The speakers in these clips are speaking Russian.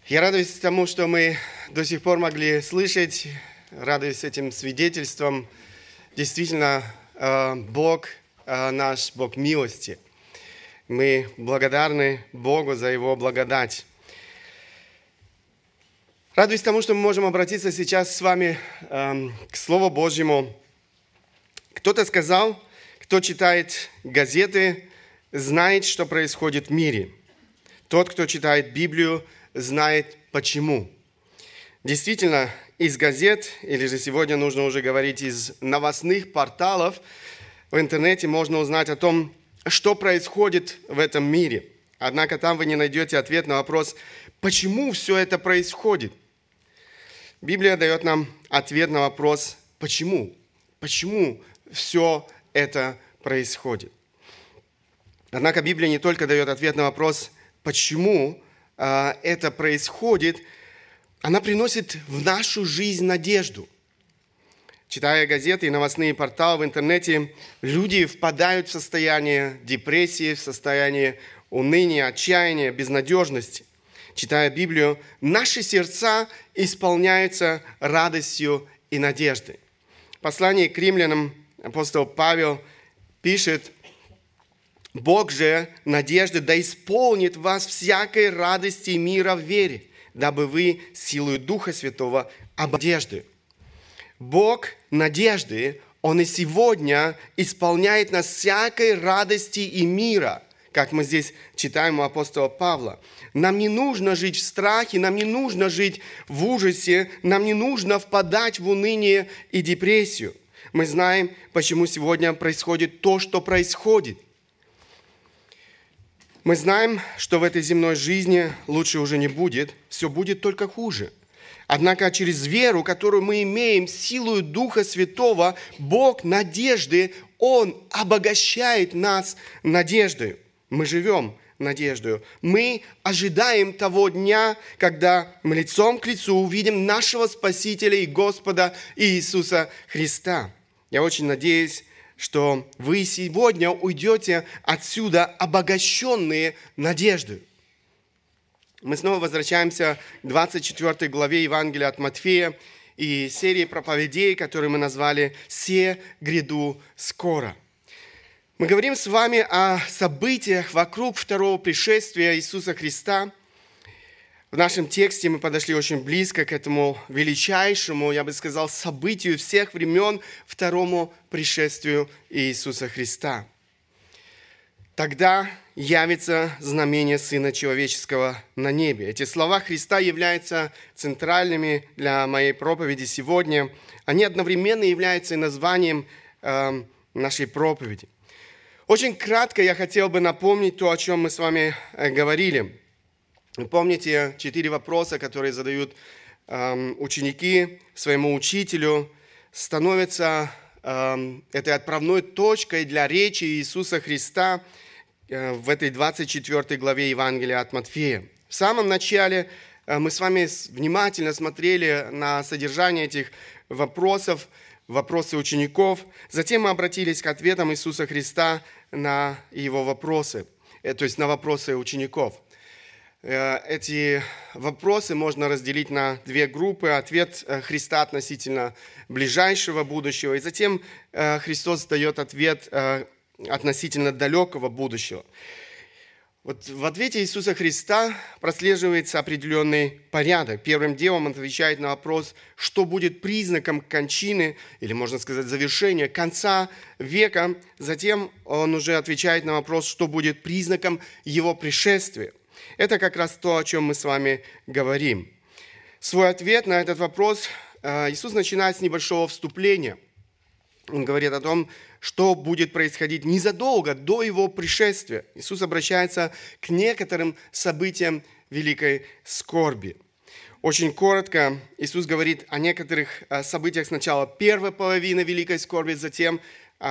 Я радуюсь тому, что мы до сих пор могли слышать, радуюсь этим свидетельствам. Действительно, Бог наш, Бог милости. Мы благодарны Богу за Его благодать. Радуюсь тому, что мы можем обратиться сейчас с вами к Слову Божьему. Кто-то сказал, кто читает газеты, знает, что происходит в мире. Тот, кто читает Библию, знает почему. Действительно, из газет, или же сегодня нужно уже говорить из новостных порталов, в интернете можно узнать о том, что происходит в этом мире. Однако там вы не найдете ответ на вопрос, почему все это происходит. Библия дает нам ответ на вопрос, почему? Почему все это происходит? Однако Библия не только дает ответ на вопрос, почему это происходит, она приносит в нашу жизнь надежду. Читая газеты и новостные порталы в интернете, люди впадают в состояние депрессии, в состояние уныния, отчаяния, безнадежности. Читая Библию, наши сердца исполняются радостью и надеждой. В послании к римлянам апостол Павел пишет: «Бог же надежды да исполнит вас всякой радости и мира в вере, дабы вы силою Духа Святого обнадежды». Бог надежды, Он и сегодня исполняет нас всякой радости и мира, как мы здесь читаем у апостола Павла. Нам не нужно жить в страхе, нам не нужно жить в ужасе, нам не нужно впадать в уныние и депрессию. Мы знаем, почему сегодня происходит то, что происходит. Мы знаем, что в этой земной жизни лучше уже не будет, все будет только хуже. Однако через веру, которую мы имеем, силою Духа Святого, Бог надежды, Он обогащает нас надеждой. Мы живем надеждой. Мы ожидаем того дня, когда мы лицом к лицу увидим нашего Спасителя и Господа Иисуса Христа. Я очень надеюсь, что вы сегодня уйдете отсюда обогащенные надеждой. Мы снова возвращаемся к 24 главе Евангелия от Матфея и серии проповедей, которые мы назвали «Се гряду скоро». Мы говорим с вами о событиях вокруг второго пришествия Иисуса Христа. В нашем тексте мы подошли очень близко к этому величайшему, я бы сказал, событию всех времен, второму пришествию Иисуса Христа. Тогда явится знамение Сына Человеческого на небе. Эти слова Христа являются центральными для моей проповеди сегодня. Они одновременно являются и названием нашей проповеди. Очень кратко я хотел бы напомнить то, о чем мы с вами говорили. Вы помните 4 вопроса, которые задают ученики своему учителю, становятся этой отправной точкой для речи Иисуса Христа в этой 24 главе Евангелия от Матфея. В самом начале мы с вами внимательно смотрели на содержание этих вопросов, вопросы учеников. Затем мы обратились к ответам Иисуса Христа на его вопросы, то есть на вопросы учеников. Эти вопросы можно разделить на 2 группы. Ответ Христа относительно ближайшего будущего, и затем Христос дает ответ относительно далекого будущего. Вот в ответе Иисуса Христа прослеживается определенный порядок. Первым делом он отвечает на вопрос, что будет признаком кончины, или можно сказать завершения, конца века. Затем он уже отвечает на вопрос, что будет признаком его пришествия. Это как раз то, о чем мы с вами говорим. Свой ответ на этот вопрос Иисус начинает с небольшого вступления. Он говорит о том, что будет происходить незадолго до его пришествия. Иисус обращается к некоторым событиям великой скорби. Очень коротко Иисус говорит о некоторых событиях сначала первой половины великой скорби, затем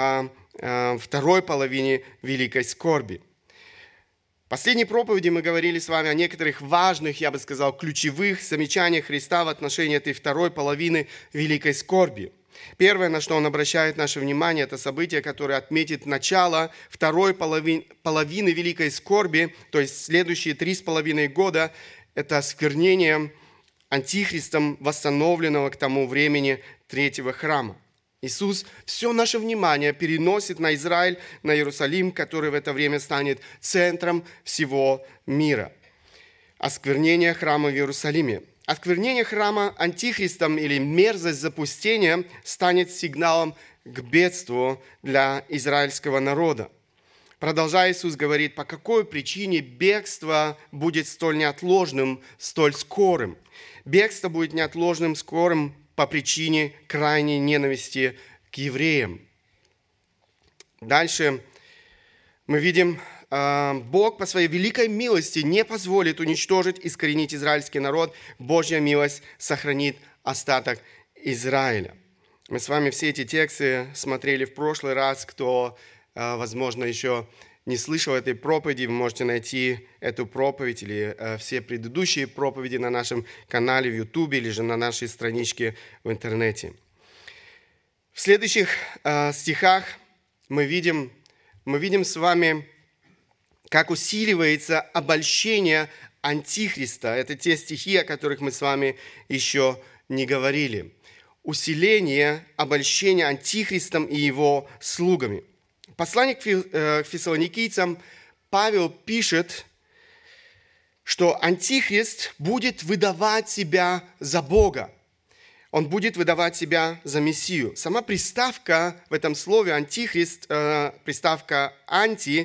второй половине великой скорби. В последней проповеди мы говорили с вами о некоторых важных, я бы сказал, ключевых замечаниях Христа в отношении этой второй половины великой скорби. Первое, на что он обращает наше внимание, это событие, которое отметит начало второй половины великой скорби, то есть следующие 3,5 года. – это осквернение антихристом восстановленного к тому времени третьего храма. Иисус все наше внимание переносит на Израиль, на Иерусалим, который в это время станет центром всего мира. Осквернение храма в Иерусалиме. Осквернение храма антихристом или мерзость запустения станет сигналом к бедству для израильского народа. Продолжая, Иисус говорит, по какой причине бегство будет столь неотложным, столь скорым. Бегство будет неотложным, скорым по причине крайней ненависти к евреям. Дальше мы видим, Бог по своей великой милости не позволит уничтожить, искоренить израильский народ. Божья милость сохранит остаток Израиля. Мы с вами все эти тексты смотрели в прошлый раз. Кто, возможно, еще не слышал этой проповеди, вы можете найти эту проповедь или все предыдущие проповеди на нашем канале в YouTube или же на нашей страничке в интернете. В следующих стихах мы видим с вами, как усиливается обольщение антихриста. Это те стихи, о которых мы с вами еще не говорили. Усиление обольщения антихристом и его слугами. Послание к фессалоникийцам Павел пишет, что антихрист будет выдавать себя за Бога. Он будет выдавать себя за Мессию. Сама приставка в этом слове «антихрист», приставка «анти»,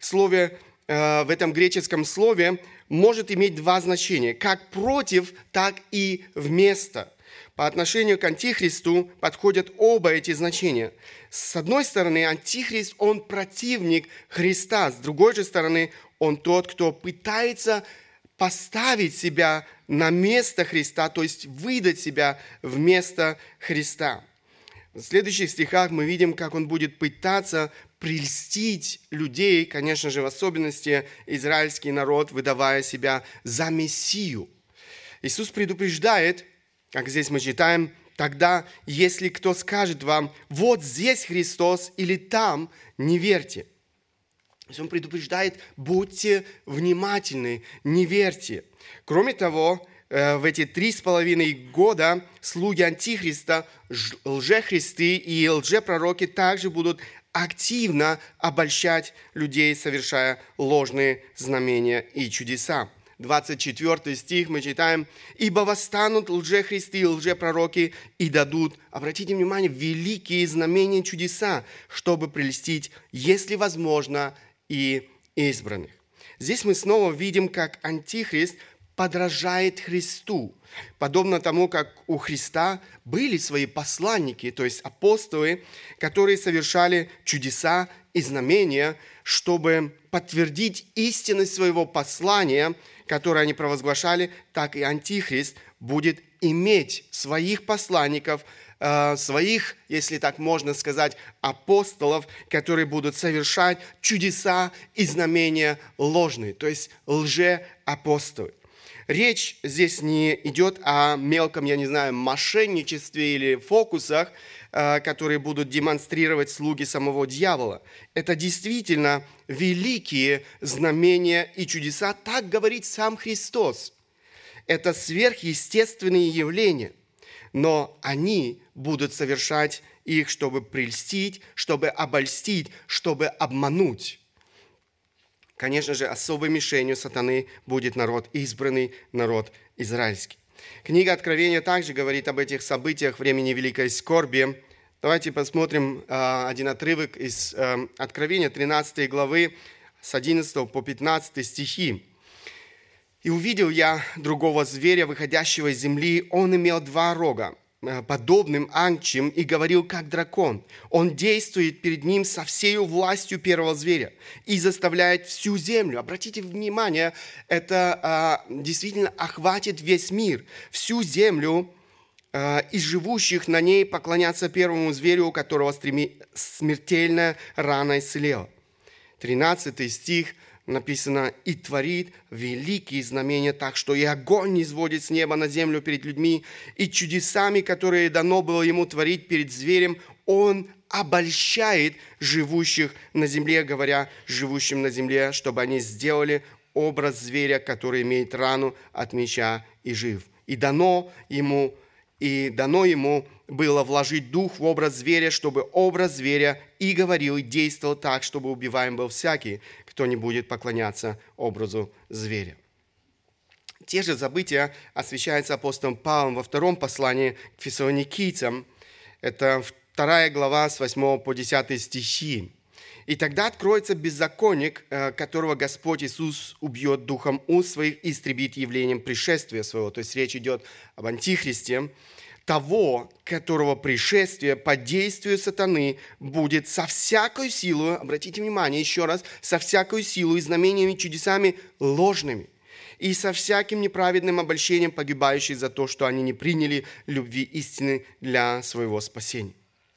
в этом греческом слове может иметь два значения. Как против, так и вместо. По отношению к антихристу подходят оба эти значения. С одной стороны, антихрист, он противник Христа. С другой же стороны, он тот, кто пытается поставить себя на место Христа, то есть выдать себя вместо Христа. В следующих стихах мы видим, как он будет пытаться прельстить людей, конечно же, в особенности израильский народ, выдавая себя за Мессию. Иисус предупреждает, как здесь мы читаем, тогда, если кто скажет вам, вот здесь Христос или там, не верьте. То есть он предупреждает, будьте внимательны, не верьте. Кроме того, в эти 3,5 года слуги антихриста, лжехристы и лжепророки также будут активно обольщать людей, совершая ложные знамения и чудеса. 24 стих мы читаем, «Ибо восстанут лжехристы и лжепророки и дадут, обратите внимание, великие знамения и чудеса, чтобы прельстить, если возможно, и избранных». Здесь мы снова видим, как антихрист подражает Христу. Подобно тому, как у Христа были свои посланники, то есть апостолы, которые совершали чудеса и знамения, чтобы подтвердить истинность своего послания, которое они провозглашали, так и антихрист будет иметь своих посланников, своих, если так можно сказать, апостолов, которые будут совершать чудеса и знамения ложные, то есть лжеапостолы. Речь здесь не идет о мелком, мошенничестве или фокусах, которые будут демонстрировать слуги самого дьявола. Это действительно великие знамения и чудеса, так говорит сам Христос. Это сверхъестественные явления, но они будут совершать их, чтобы прельстить, чтобы обольстить, чтобы обмануть. Конечно же, особой мишенью сатаны будет народ избранный, народ израильский. Книга Откровения также говорит об этих событиях времени Великой Скорби. Давайте посмотрим один отрывок из Откровения 13 главы с 11 по 15 стихи. «И увидел я другого зверя, выходящего из земли. Он имел 2 рога, подобным ангчим, и говорил, как дракон. Он действует перед ним со всею властью первого зверя и заставляет всю землю». Обратите внимание, это действительно охватит весь мир, всю землю, и живущих на ней поклоняться первому зверю, у которого смертельная рана исцелела. 13 стих написано, «И творит великие знамения, так что и огонь низводит с неба на землю перед людьми, и чудесами, которые дано было ему творить перед зверем, он обольщает живущих на земле, говоря живущим на земле, чтобы они сделали образ зверя, который имеет рану от меча и жив. И дано ему было вложить дух в образ зверя, чтобы образ зверя и говорил, и действовал так, чтобы убиваем был всякий, кто не будет поклоняться образу зверя. Те же события освещаются апостолом Павлом во втором послании к фессалоникийцам. Это 2 глава с 8 по 10 стихи. «И тогда откроется беззаконник, которого Господь Иисус убьет духом уст своих и истребит явлением пришествия своего». То есть речь идет об антихристе. «Того, которого пришествие по действию сатаны будет со всякой силой», обратите внимание еще раз, «со всякой силой и знамениями, чудесами ложными, и со всяким неправедным обольщением погибающих за то, что они не приняли любви истины для своего спасения».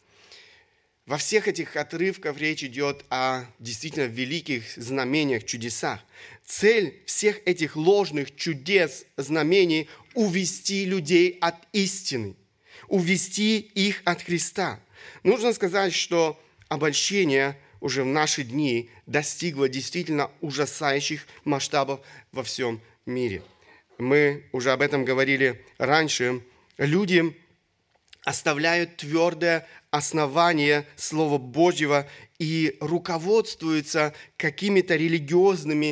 Во всех этих отрывках речь идет о действительно великих знамениях, чудесах. Цель всех этих ложных чудес, знамений – увести людей от истины, увести их от Христа. Нужно сказать, что обольщение уже в наши дни достигло действительно ужасающих масштабов во всем мире. Мы уже об этом говорили раньше. Люди оставляют твердое основание Слова Божьего и руководствуются каким-то религиозным,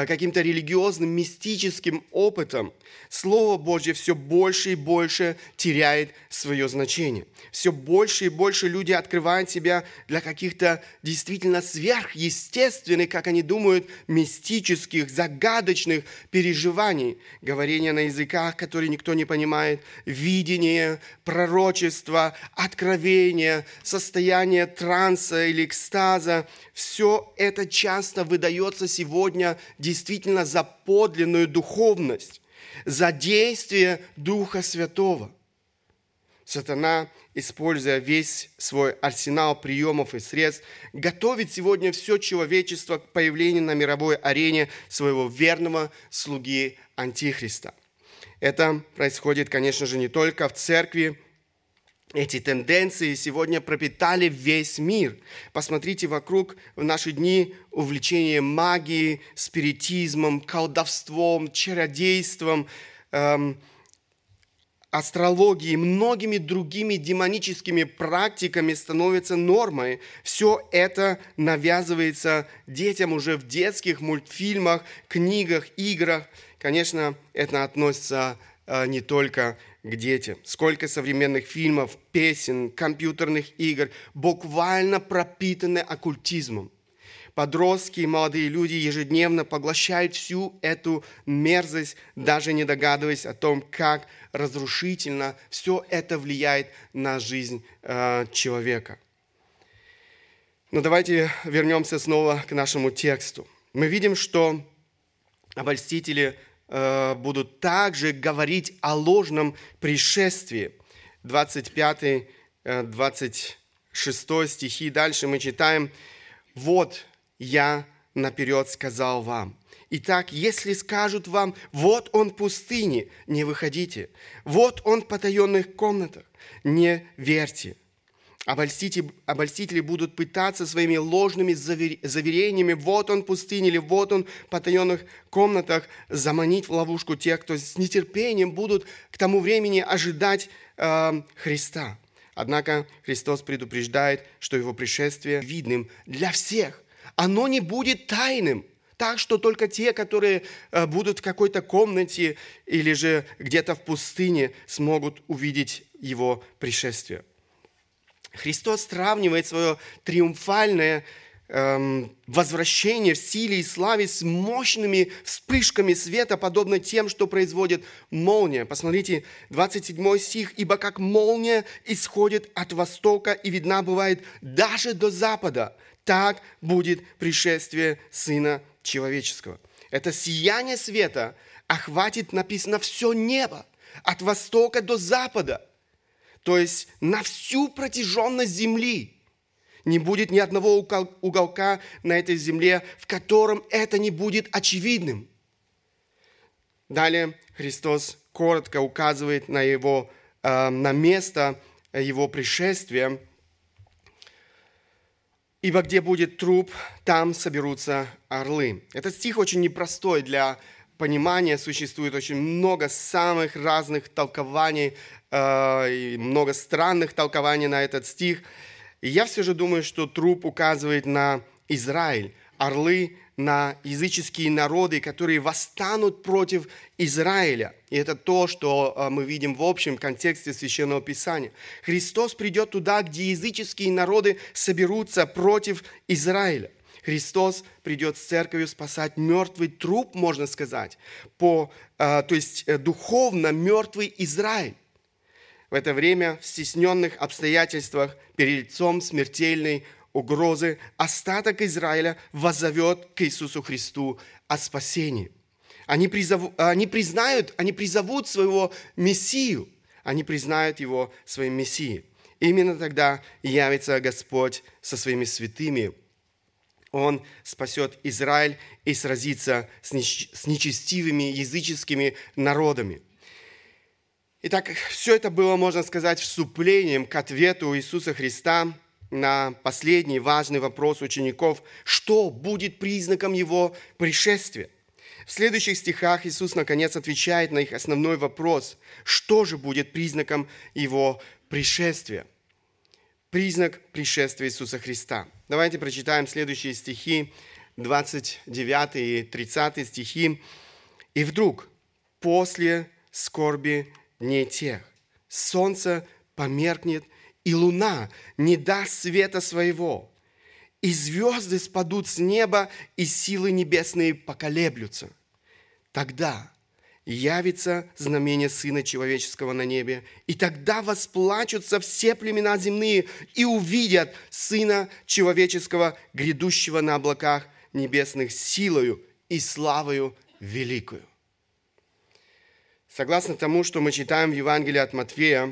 мистическим опытом. Слово Божье все больше и больше теряет свое значение. Все больше и больше люди открывают себя для каких-то действительно сверхъестественных, как они думают, мистических, загадочных переживаний. Говорение на языках, которые никто не понимает, видение, пророчество, откровение, состояние транса или экстаза. Все это часто выдается сегодня действительно за подлинную духовность, за действие Духа Святого. Сатана, используя весь свой арсенал приемов и средств, готовит сегодня все человечество к появлению на мировой арене своего верного слуги Антихриста. Это происходит, конечно же, не только в церкви. Эти тенденции сегодня пропитали весь мир. Посмотрите вокруг в наши дни увлечение магией, спиритизмом, колдовством, чародейством, астрологией, многими другими демоническими практиками становится нормой. Все это навязывается детям уже в детских мультфильмах, книгах, играх. Конечно, это относится не только к детям. Сколько современных фильмов, песен, компьютерных игр буквально пропитаны оккультизмом. Подростки и молодые люди ежедневно поглощают всю эту мерзость, даже не догадываясь о том, как разрушительно все это влияет на жизнь человека. Но давайте вернемся снова к нашему тексту. Мы видим, что обольстители будут также говорить о ложном пришествии. 25-26 стихи. Дальше мы читаем: «Вот я наперед сказал вам. Итак, если скажут вам: вот он в пустыне, не выходите. Вот он в потаенных комнатах, не верьте. Обольстители будут пытаться своими ложными заверениями: вот он в пустыне или вот он в потаенных комнатах, заманить в ловушку тех, кто с нетерпением будут к тому времени ожидать Христа». Однако Христос предупреждает, что его пришествие видным для всех. Оно не будет тайным, так что только те, которые будут в какой-то комнате или же где-то в пустыне, смогут увидеть его пришествие. Христос сравнивает свое триумфальное возвращение в силе и славе с мощными вспышками света, подобно тем, что производит молния. Посмотрите, 27 стих. «Ибо как молния исходит от востока и видна бывает даже до запада, так будет пришествие Сына Человеческого». Это сияние света охватит, написано, все небо, от востока до запада. То есть на всю протяженность земли. Не будет ни одного уголка на этой земле, в котором это не будет очевидным. Далее Христос коротко указывает на место его пришествия. Ибо где будет труп, там соберутся орлы. Этот стих очень непростой для понимания. Существует очень много самых разных толкований, и много странных толкований на этот стих. И я все же думаю, что труп указывает на Израиль, орлы на языческие народы, которые восстанут против Израиля. И это то, что мы видим в общем контексте Священного Писания. Христос придет туда, где языческие народы соберутся против Израиля. Христос придет с церковью спасать мертвый труп, можно сказать, то есть духовно мертвый Израиль. В это время в стесненных обстоятельствах перед лицом смертельной угрозы остаток Израиля воззовет к Иисусу Христу о спасении. Они призовут своего Мессию, они признают его своим Мессией. Именно тогда явится Господь со своими святыми. Он спасет Израиль и сразится с нечестивыми языческими народами. Итак, все это было, можно сказать, вступлением к ответу Иисуса Христа на последний важный вопрос учеников, что будет признаком Его пришествия. В следующих стихах Иисус, наконец, отвечает на их основной вопрос, что же будет признаком Его пришествия. Признак пришествия Иисуса Христа. Давайте прочитаем следующие стихи, 29 и 30 стихи. «И вдруг, после скорби дней тех, солнце померкнет, и луна не даст света своего, и звезды спадут с неба, и силы небесные поколеблются. Тогда явится знамение Сына Человеческого на небе, и тогда восплачутся все племена земные и увидят Сына Человеческого, грядущего на облаках небесных силою и славою великою». Согласно тому, что мы читаем в Евангелии от Матфея,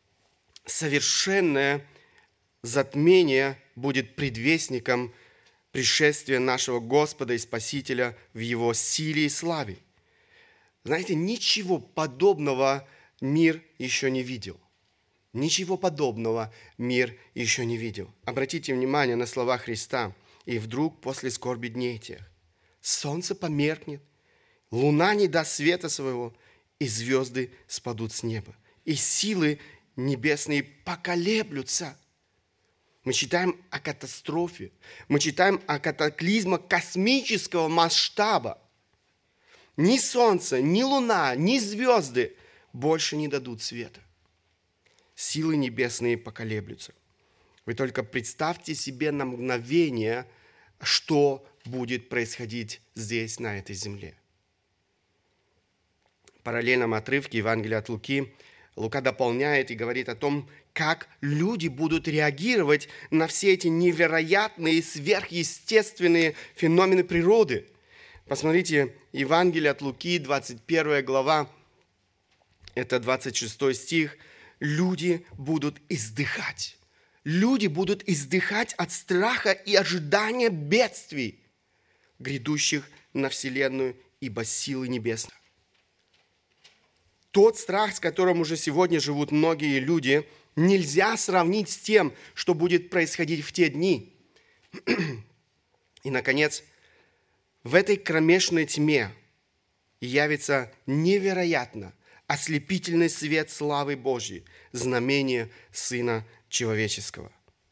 совершенное затмение будет предвестником пришествия нашего Господа и Спасителя в Его силе и славе. Знаете, ничего подобного мир еще не видел. Ничего подобного мир еще не видел. Обратите внимание на слова Христа. «И вдруг после скорби дней тех солнце померкнет, луна не даст света своего, и звезды спадут с неба, и силы небесные поколеблются». Мы читаем о катастрофе, мы читаем о катаклизмах космического масштаба. Ни солнце, ни луна, ни звезды больше не дадут света. Силы небесные поколеблются. Вы только представьте себе на мгновение, что будет происходить здесь, на этой земле. В параллельном отрывке Евангелия от Луки Лука дополняет и говорит о том, как люди будут реагировать на все эти невероятные, сверхъестественные феномены природы. Посмотрите, Евангелие от Луки, 21 глава, это 26 стих. Люди будут издыхать. Люди будут издыхать от страха и ожидания бедствий, грядущих на вселенную, ибо силы небесные. Тот страх, с которым уже сегодня живут многие люди, нельзя сравнить с тем, что будет происходить в те дни. И, наконец, в этой кромешной тьме явится невероятно ослепительный свет славы Божьей, знамение Сына Человеческого.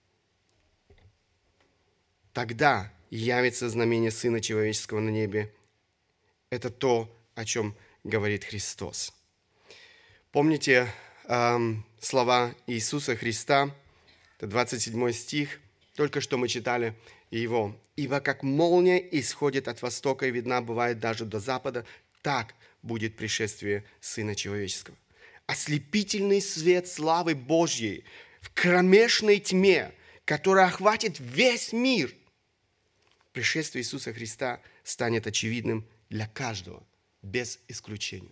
Тогда явится знамение Сына Человеческого на небе. Это то, о чем говорит Христос. Помните слова Иисуса Христа, это 27 стих, только что мы читали его. «Ибо как молния исходит от востока и видна бывает даже до запада, так будет пришествие Сына Человеческого». Ослепительный свет славы Божьей в кромешной тьме, которая охватит весь мир. Пришествие Иисуса Христа станет очевидным для каждого, без исключения.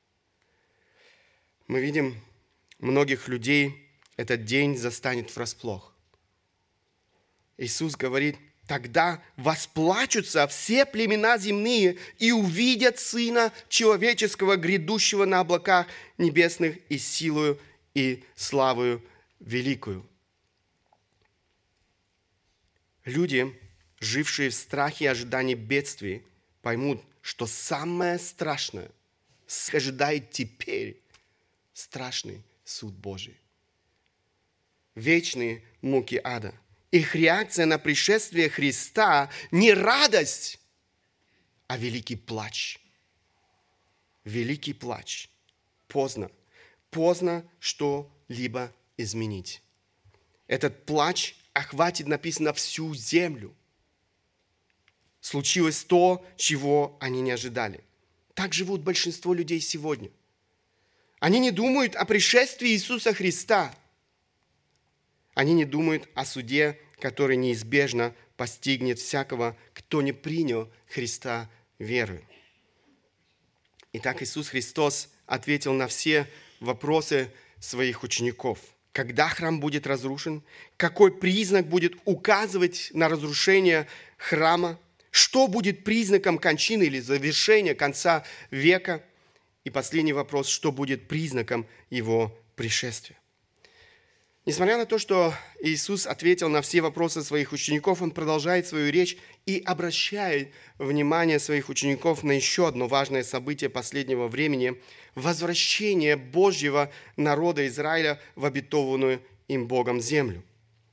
Мы видим, многих людей этот день застанет врасплох. Иисус говорит, тогда восплачутся все племена земные и увидят Сына Человеческого, грядущего на облаках небесных и силою и славою великую. Люди, жившие в страхе и ожидании бедствий, поймут, что самое страшное ожидает теперь страшный суд Божий. Вечные муки ада. Их реакция на пришествие Христа не радость, а великий плач. Великий плач. Поздно. Поздно что-либо изменить. Этот плач охватит, написано, всю землю. Случилось то, чего они не ожидали. Так живут большинство людей сегодня. Они не думают о пришествии Иисуса Христа. Они не думают о суде, который неизбежно постигнет всякого, кто не принял Христа верою. Итак, Иисус Христос ответил на все вопросы своих учеников. Когда храм будет разрушен? Какой признак будет указывать на разрушение храма? Что будет признаком кончины или завершения конца века? И последний вопрос, что будет признаком его пришествия? Несмотря на то, что Иисус ответил на все вопросы своих учеников, Он продолжает свою речь и обращает внимание своих учеников на еще одно важное событие последнего времени – возвращение Божьего народа Израиля в обетованную им Богом землю.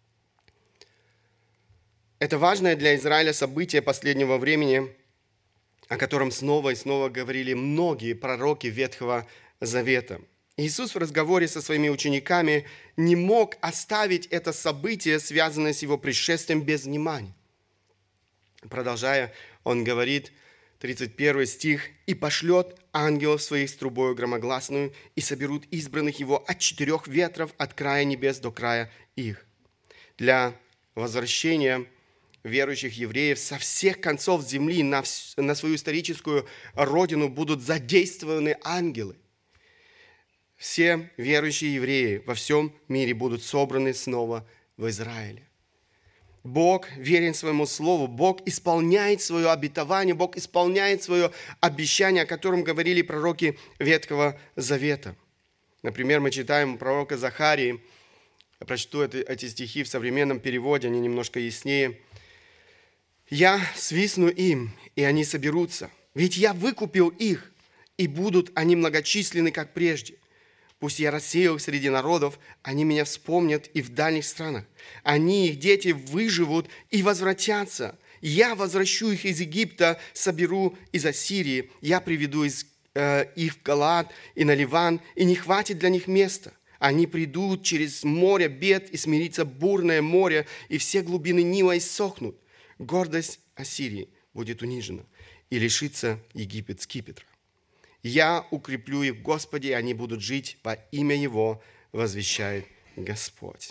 Это важное для Израиля событие последнего времени, о котором снова и снова говорили многие пророки Ветхого Завета. Иисус в разговоре со своими учениками не мог оставить это событие, связанное с Его пришествием, без внимания. Продолжая, Он говорит, 31 стих, «И пошлет ангелов своих с трубою громогласную, и соберут избранных Его от 4 ветров, от края небес до края их». Для возвращения верующих евреев со всех концов земли на свою историческую родину будут задействованы ангелы. Все верующие евреи во всем мире будут собраны снова в Израиле. Бог верен своему слову, Бог исполняет свое обетование, Бог исполняет свое обещание, о котором говорили пророки Ветхого Завета. Например, мы читаем пророка Захарии, я прочту эти стихи в современном переводе, они немножко яснее. «Я свистну им, и они соберутся, ведь я выкупил их, и будут они многочисленны, как прежде. Пусть я рассеял их среди народов, они меня вспомнят и в дальних странах. Они, их дети, выживут и возвратятся. Я возвращу их из Египта, соберу из Ассирии. Я приведу их в Галаад и на Ливан, и не хватит для них места. Они придут через море бед, и смирится бурное море, и все глубины Нила иссохнут. Гордость Ассирии будет унижена, и лишится Египет скипетра. Я укреплю их в Господе, и они будут жить во имя Его, возвещает Господь.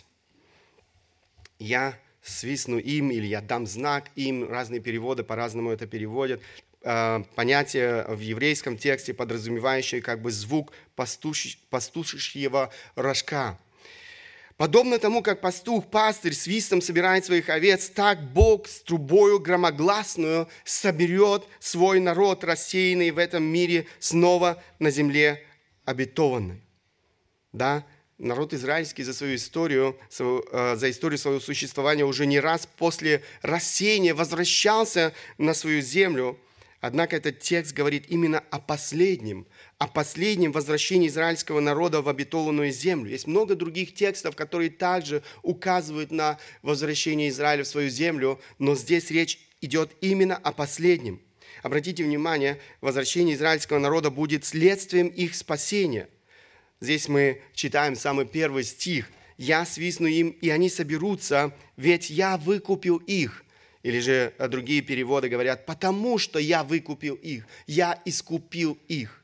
Я свистну им, или я дам знак им, разные переводы по-разному это переводят. Понятие в еврейском тексте, подразумевающее как бы звук пастушьего рожка. Подобно тому, как пастух-пастырь свистом собирает своих овец, так Бог с трубою громогласную соберет свой народ, рассеянный в этом мире, снова на земле обетованной. Да, народ израильский за свою историю, за историю своего существования уже не раз после рассеяния возвращался на свою землю. Однако этот текст говорит именно о последнем возвращении израильского народа в обетованную землю. Есть много других текстов, которые также указывают на возвращение Израиля в свою землю, но здесь речь идет именно о последнем. Обратите внимание, возвращение израильского народа будет следствием их спасения. Здесь мы читаем самый первый стих. «Я свистну им, и они соберутся, ведь я выкупил их». Или же другие переводы говорят, потому что я выкупил их, я искупил их.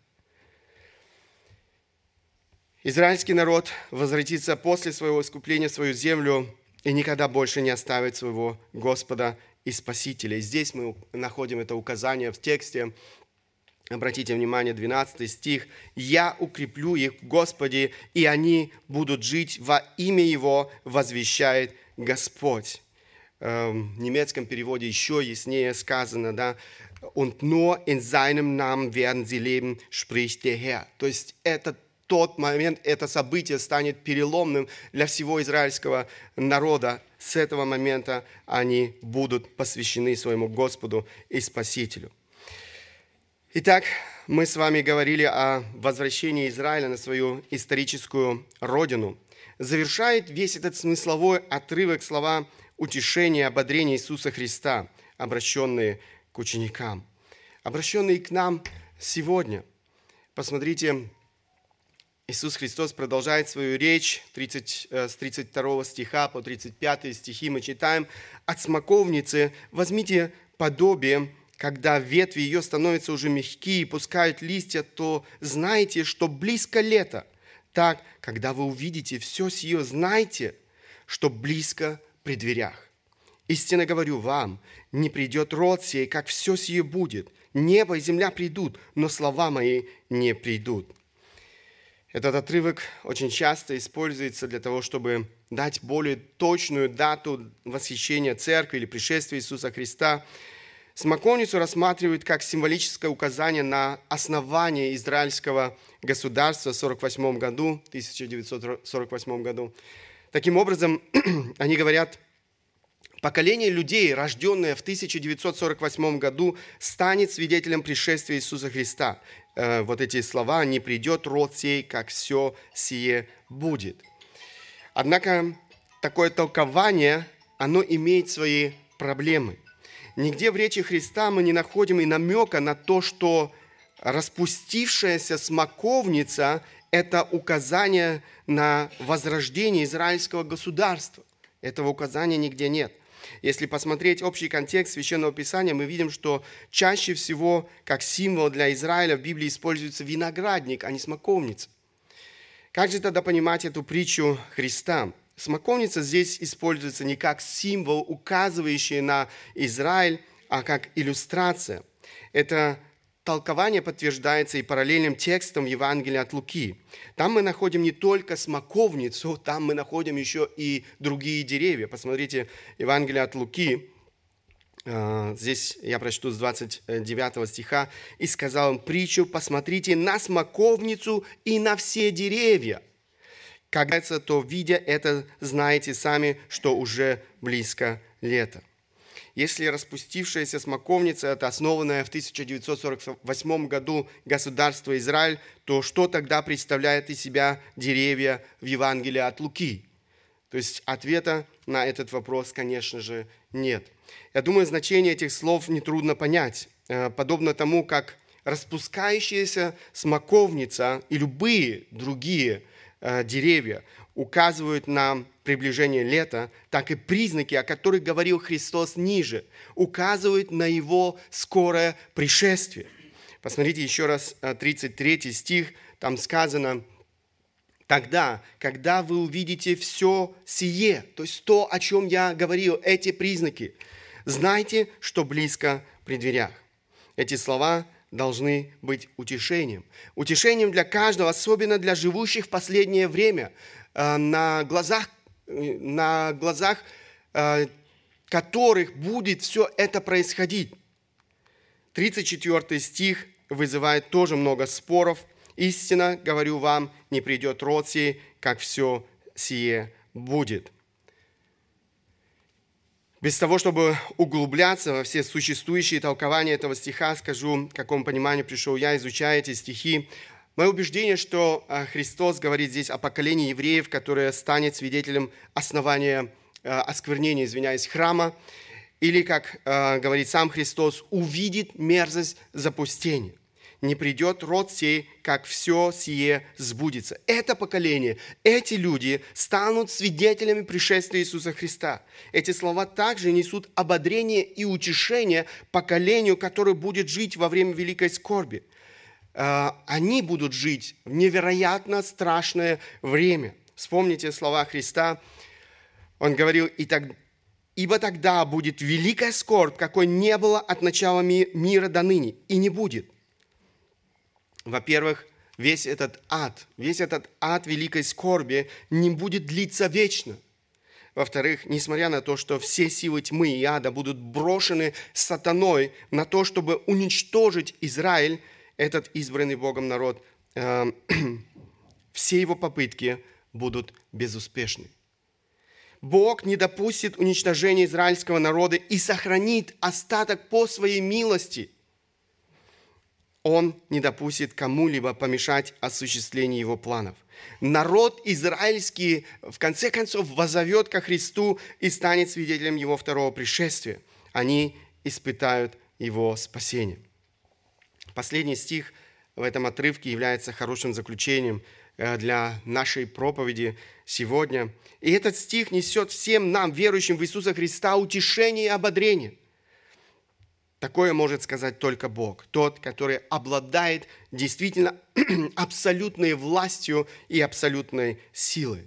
Израильский народ возвратится после своего искупления в свою землю и никогда больше не оставит своего Господа и Спасителя. И здесь мы находим это указание в тексте. Обратите внимание, 12 стих. «Я укреплю их в Господе, и они будут жить во имя Его, возвещает Господь». В немецком переводе еще яснее сказано, да, «Und nur in seinem Namen werden sie leben, spricht der Herr». То есть это тот момент это событие станет переломным для всего израильского народа. С этого момента они будут посвящены своему Господу и Спасителю. Итак, мы с вами говорили о возвращении Израиля на свою историческую родину. Завершает весь этот смысловой отрывок слова утешения, ободрения Иисуса Христа, обращенные к ученикам, обращенные к нам сегодня. Посмотрите, Иисус Христос продолжает свою речь с 32 стиха по 35 стихи. Мы читаем: «От смоковницы возьмите подобие, когда ветви ее становятся уже мягкие и пускают листья, то знайте, что близко лето. Так, когда вы увидите все сие, знайте, что близко при дверях. Истинно говорю вам, не придет род сей, как все сие будет. Небо и земля придут, но слова мои не придут». Этот отрывок очень часто используется для того, чтобы дать более точную дату восхищения церкви или пришествия Иисуса Христа. Смоковницу рассматривают как символическое указание на основание израильского государства в 1948 году. Таким образом, они говорят, поколение людей, рожденное в 1948 году, станет свидетелем пришествия Иисуса Христа. Вот эти слова: «Не придет род сей, как все сие будет». Однако такое толкование, оно имеет свои проблемы. Нигде в речи Христа мы не находим и намека на то, что распустившаяся смоковница – это указание на возрождение израильского государства. Этого указания нигде нет. Если посмотреть общий контекст Священного Писания, мы видим, что чаще всего как символ для Израиля в Библии используется виноградник, а не смоковница. Как же тогда понимать эту притчу Христа? Смоковница здесь используется не как символ, указывающий на Израиль, а как иллюстрация. Это толкование подтверждается и параллельным текстом Евангелия от Луки. Там мы находим не только смоковницу, там мы находим еще и другие деревья. Посмотрите, Евангелие от Луки, здесь я прочту с 29 стиха. «И сказал он притчу: посмотрите на смоковницу и на все деревья. Когда то, видя это, знаете сами, что уже близко лето». Если распустившаяся смоковница – это основанное в 1948 году государство Израиль, то что тогда представляет из себя деревья в Евангелии от Луки? То есть ответа на этот вопрос, конечно же, нет. Я думаю, значение этих слов нетрудно понять. Подобно тому, как распускающаяся смоковница и любые другие деревья указывают на приближение лета, так и признаки, о которых говорил Христос ниже, указывают на Его скорое пришествие. Посмотрите еще раз 33 стих, там сказано: «Тогда, когда вы увидите все сие», то есть то, о чем я говорил, эти признаки, знайте, что близко при дверях. Эти слова должны быть утешением. Утешением для каждого, особенно для живущих в последнее время, на глазах которых будет все это происходить. 34 стих вызывает тоже много споров. «Истинно, говорю вам, не придет род сей, как все сие будет». Без того, чтобы углубляться во все существующие толкования этого стиха, скажу, к какому пониманию пришел я, изучая эти стихи. Мое убеждение, что Христос говорит здесь о поколении евреев, которое станет свидетелем осквернения, храма, или, как говорит сам Христос, увидит мерзость запустения. «Не придет род сей, как все сие сбудется». Это поколение, эти люди станут свидетелями пришествия Иисуса Христа. Эти слова также несут ободрение и утешение поколению, которое будет жить во время великой скорби. Они будут жить в невероятно страшное время. Вспомните слова Христа. Он говорил: «Ибо тогда будет великая скорбь, какой не было от начала мира до ныне, и не будет». Во-первых, весь этот ад великой скорби не будет длиться вечно. Во-вторых, несмотря на то, что все силы тьмы и ада будут брошены сатаной на то, чтобы уничтожить Израиль, этот избранный Богом народ все его попытки будут безуспешны. Бог не допустит уничтожения израильского народа и сохранит остаток по своей милости. Он не допустит кому-либо помешать осуществлению его планов. Народ израильский, в конце концов, воззовет ко Христу и станет свидетелем его второго пришествия. Они испытают его спасение. Последний стих в этом отрывке является хорошим заключением для нашей проповеди сегодня. И этот стих несет всем нам, верующим в Иисуса Христа, утешение и ободрение. Такое может сказать только Бог, тот, который обладает действительно абсолютной властью и абсолютной силой.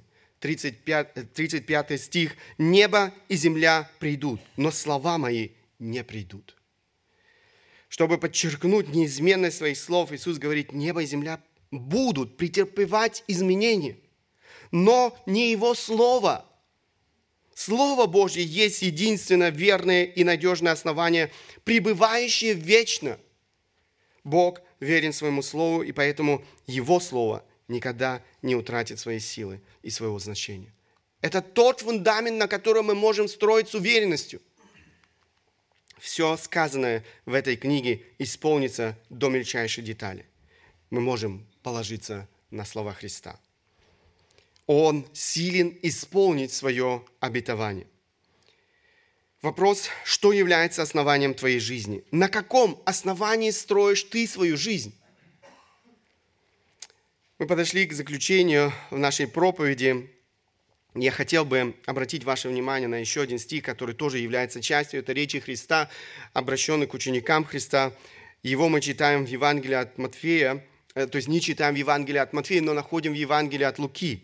35 стих. «Небо и земля придут, но слова мои не придут». Чтобы подчеркнуть неизменность своих слов, Иисус говорит, небо и земля будут претерпевать изменения, но не Его Слово. Слово Божье есть единственное верное и надежное основание, пребывающее вечно. Бог верен своему Слову, и поэтому Его Слово никогда не утратит своей силы и своего значения. Это тот фундамент, на котором мы можем строить с уверенностью. Все сказанное в этой книге исполнится до мельчайшей детали. Мы можем положиться на слова Христа. Он силен исполнить свое обетование. Вопрос, что является основанием твоей жизни? На каком основании строишь ты свою жизнь? Мы подошли к заключению в нашей проповеди. Я хотел бы обратить ваше внимание на еще один стих, который тоже является частью этой речи Христа, обращенный к ученикам Христа. Его мы читаем в Евангелии от Матфея, то есть не читаем в Евангелии от Матфея, но находим в Евангелии от Луки.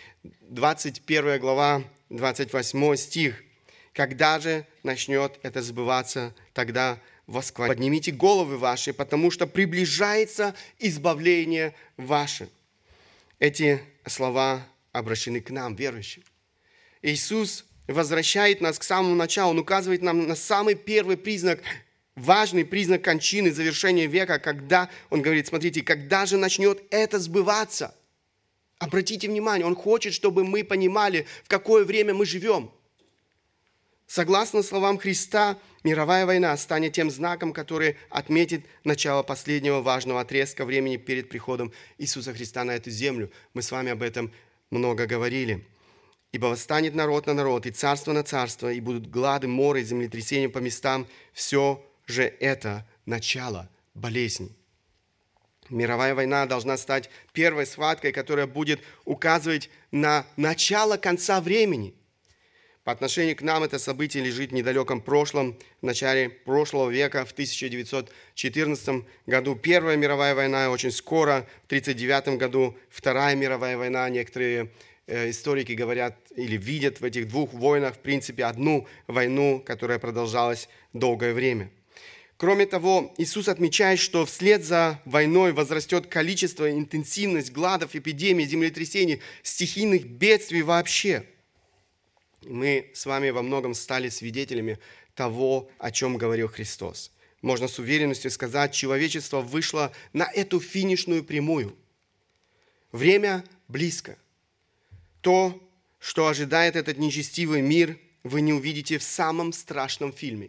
21 глава, 28 стих. «Когда же начнет это сбываться, тогда восклицайте. Поднимите головы ваши, потому что приближается избавление ваше». Эти слова обращены к нам, верующим. Иисус возвращает нас к самому началу, Он указывает нам на самый первый признак, важный признак кончины, завершения века, когда Он говорит, смотрите, когда же начнет это сбываться? Обратите внимание, Он хочет, чтобы мы понимали, в какое время мы живем. Согласно словам Христа, мировая война станет тем знаком, который отметит начало последнего важного отрезка времени перед приходом Иисуса Христа на эту землю. Мы с вами об этом много говорили. «Ибо восстанет народ на народ, и царство на царство, и будут глады, моры, и землетрясения по местам. Все же это начало болезни». Мировая война должна стать первой схваткой, которая будет указывать на начало конца времени. По отношению к нам это событие лежит в недалеком прошлом, в начале прошлого века, в 1914 году Первая мировая война, очень скоро, в 1939 году Вторая мировая война. Некоторые историки говорят или видят в этих двух войнах, в принципе, одну войну, которая продолжалась долгое время. Кроме того, Иисус отмечает, что вслед за войной возрастет количество, интенсивность гладов, эпидемий, землетрясений, стихийных бедствий вообще. Мы с вами во многом стали свидетелями того, о чем говорил Христос. Можно с уверенностью сказать, человечество вышло на эту финишную прямую. Время близко. То, что ожидает этот нечестивый мир, вы не увидите в самом страшном фильме.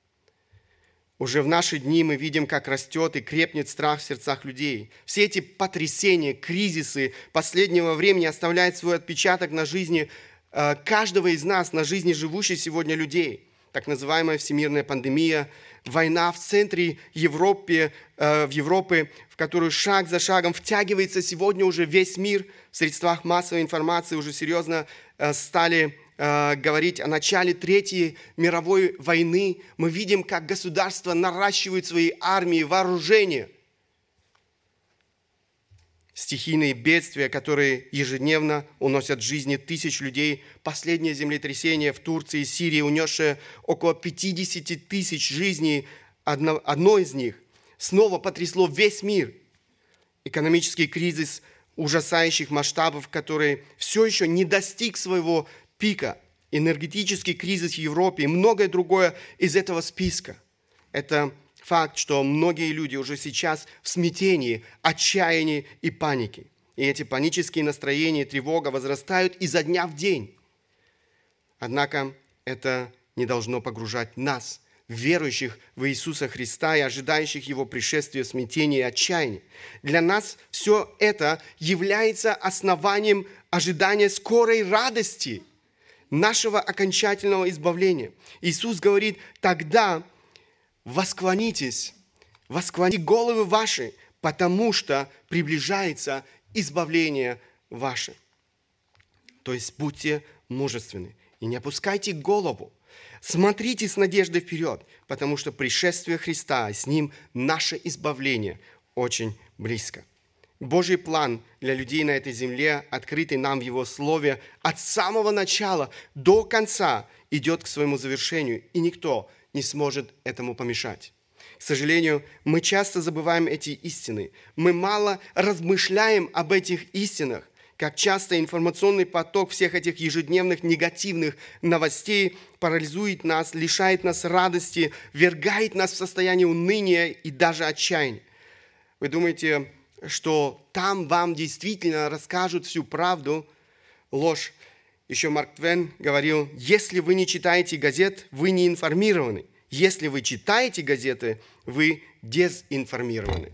Уже в наши дни мы видим, как растет и крепнет страх в сердцах людей. Все эти потрясения, кризисы последнего времени оставляют свой отпечаток на жизни каждого из нас, на жизни живущих сегодня людей. Так называемая всемирная пандемия, война в центре Европы, в которую шаг за шагом втягивается сегодня уже весь мир. В средствах массовой информации уже серьезно стали говорить о начале Третьей мировой войны. Мы видим, как государства наращивают свои армии, вооружения. Стихийные бедствия, которые ежедневно уносят жизни тысяч людей. Последнее землетрясение в Турции и Сирии, унесшее около 50 тысяч жизней, одно из них, снова потрясло весь мир. Экономический кризис ужасающих масштабов, который все еще не достиг своего пика. Энергетический кризис в Европе и многое другое из этого списка. Это факт, что многие люди уже сейчас в смятении, отчаянии и панике. И эти панические настроения и тревога возрастают изо дня в день. Однако это не должно погружать нас, верующих в Иисуса Христа и ожидающих Его пришествия в смятение и отчаяние. Для нас все это является основанием ожидания скорой радости, нашего окончательного избавления. Иисус говорит: тогда восклоните головы ваши, потому что приближается избавление ваше. То есть будьте мужественны и не опускайте голову. Смотрите с надеждой вперед, потому что пришествие Христа, с Ним наше избавление очень близко. Божий план для людей на этой земле, открытый нам в Его Слове, от самого начала до конца идет к своему завершению, и никто не сможет этому помешать. К сожалению, мы часто забываем эти истины. Мы мало размышляем об этих истинах, как часто информационный поток всех этих ежедневных негативных новостей парализует нас, лишает нас радости, ввергает нас в состояние уныния и даже отчаяния. Вы думаете, что там вам действительно расскажут всю правду? Ложь. Еще Марк Твен говорил: если вы не читаете газет, вы не информированы. Если вы читаете газеты, вы дезинформированы.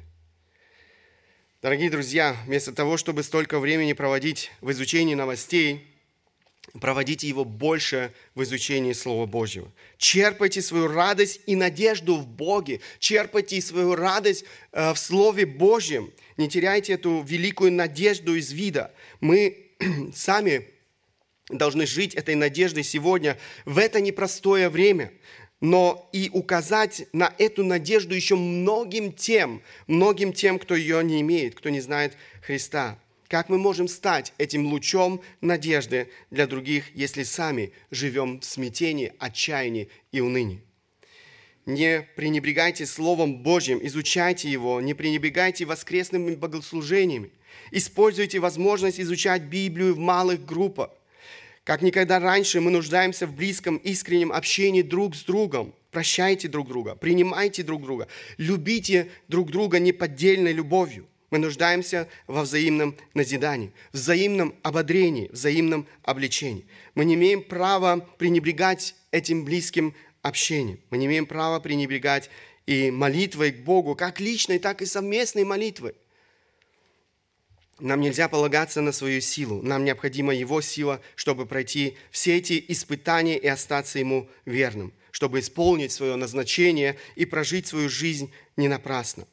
Дорогие друзья, вместо того, чтобы столько времени проводить в изучении новостей, проводите его больше в изучении Слова Божьего. Черпайте свою радость и надежду в Боге. Черпайте свою радость в Слове Божьем. Не теряйте эту великую надежду из вида. Мы сами должны жить этой надеждой сегодня в это непростое время, но и указать на эту надежду еще многим тем, кто ее не имеет, кто не знает Христа. Как мы можем стать этим лучом надежды для других, если сами живем в смятении, отчаянии и унынии? Не пренебрегайте Словом Божьим, изучайте его, не пренебрегайте воскресными богослужениями. Используйте возможность изучать Библию в малых группах. Как никогда раньше мы нуждаемся в близком, искреннем общении друг с другом. Прощайте друг друга, принимайте друг друга, любите друг друга неподдельной любовью. Мы нуждаемся во взаимном назидании, взаимном ободрении, взаимном обличении. Мы не имеем права пренебрегать этим близким общением. Мы не имеем права пренебрегать и молитвой к Богу, как личной, так и совместной молитвой. Нам нельзя полагаться на свою силу. Нам необходима Его сила, чтобы пройти все эти испытания и остаться Ему верным, чтобы исполнить свое назначение и прожить свою жизнь не напрасно.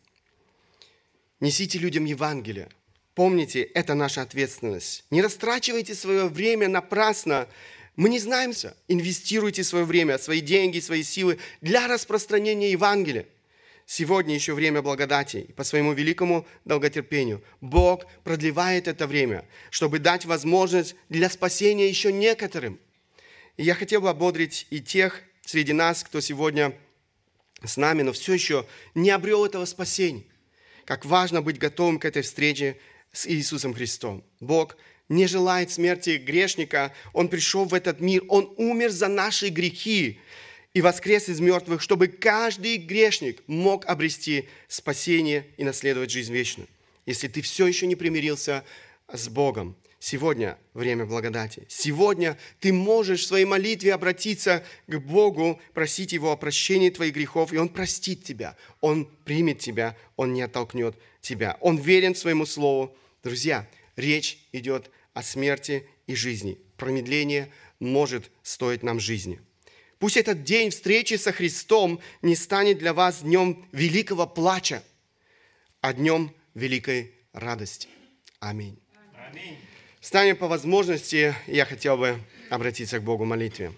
Несите людям Евангелие. Помните, это наша ответственность. Не растрачивайте свое время напрасно. Мы не знаемся. Инвестируйте свое время, свои деньги, свои силы для распространения Евангелия. Сегодня еще время благодати, и по своему великому долготерпению Бог продлевает это время, чтобы дать возможность для спасения еще некоторым. И я хотел бы ободрить и тех среди нас, кто сегодня с нами, но все еще не обрел этого спасения. Как важно быть готовым к этой встрече с Иисусом Христом. Бог не желает смерти грешника. Он пришел в этот мир, Он умер за наши грехи и воскрес из мертвых, чтобы каждый грешник мог обрести спасение и наследовать жизнь вечную. Если ты все еще не примирился с Богом, сегодня время благодати. Сегодня ты можешь в своей молитве обратиться к Богу, просить Его о прощении твоих грехов, и Он простит тебя, Он примет тебя, Он не оттолкнет тебя. Он верен своему слову. Друзья, речь идет о смерти и жизни. Промедление может стоить нам жизни. Пусть этот день встречи со Христом не станет для вас днем великого плача, а днем великой радости. Аминь. Аминь. Встанем по возможности, я хотел бы обратиться к Богу в молитве.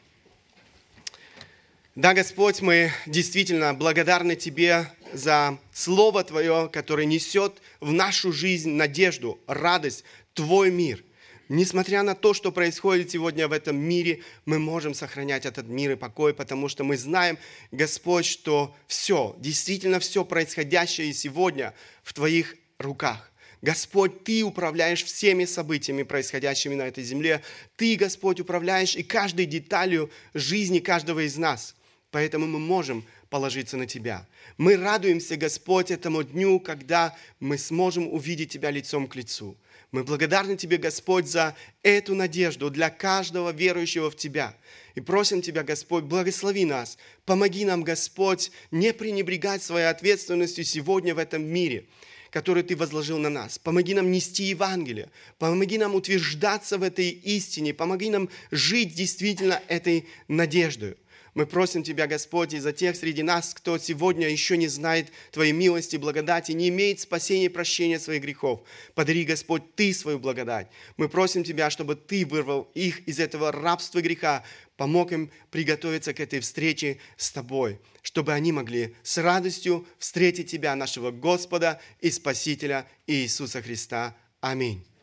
Да, Господь, мы действительно благодарны Тебе за Слово Твое, которое несет в нашу жизнь надежду, радость, Твой мир. Несмотря на то, что происходит сегодня в этом мире, мы можем сохранять этот мир и покой, потому что мы знаем, Господь, что все, действительно все происходящее сегодня в Твоих руках. Господь, Ты управляешь всеми событиями, происходящими на этой земле. Ты, Господь, управляешь и каждой деталью жизни каждого из нас. Поэтому мы можем положиться на Тебя. Мы радуемся, Господь, этому дню, когда мы сможем увидеть Тебя лицом к лицу. Мы благодарны Тебе, Господь, за эту надежду для каждого верующего в Тебя. И просим Тебя, Господь, благослови нас. Помоги нам, Господь, не пренебрегать своей ответственностью сегодня в этом мире, который Ты возложил на нас. Помоги нам нести Евангелие. Помоги нам утверждаться в этой истине. Помоги нам жить действительно этой надеждой. Мы просим Тебя, Господь, и за тех среди нас, кто сегодня еще не знает Твоей милости, благодати, не имеет спасения и прощения своих грехов. Подари, Господь, Ты свою благодать. Мы просим Тебя, чтобы Ты вырвал их из этого рабства греха, помог им приготовиться к этой встрече с Тобой, чтобы они могли с радостью встретить Тебя, нашего Господа и Спасителя Иисуса Христа. Аминь.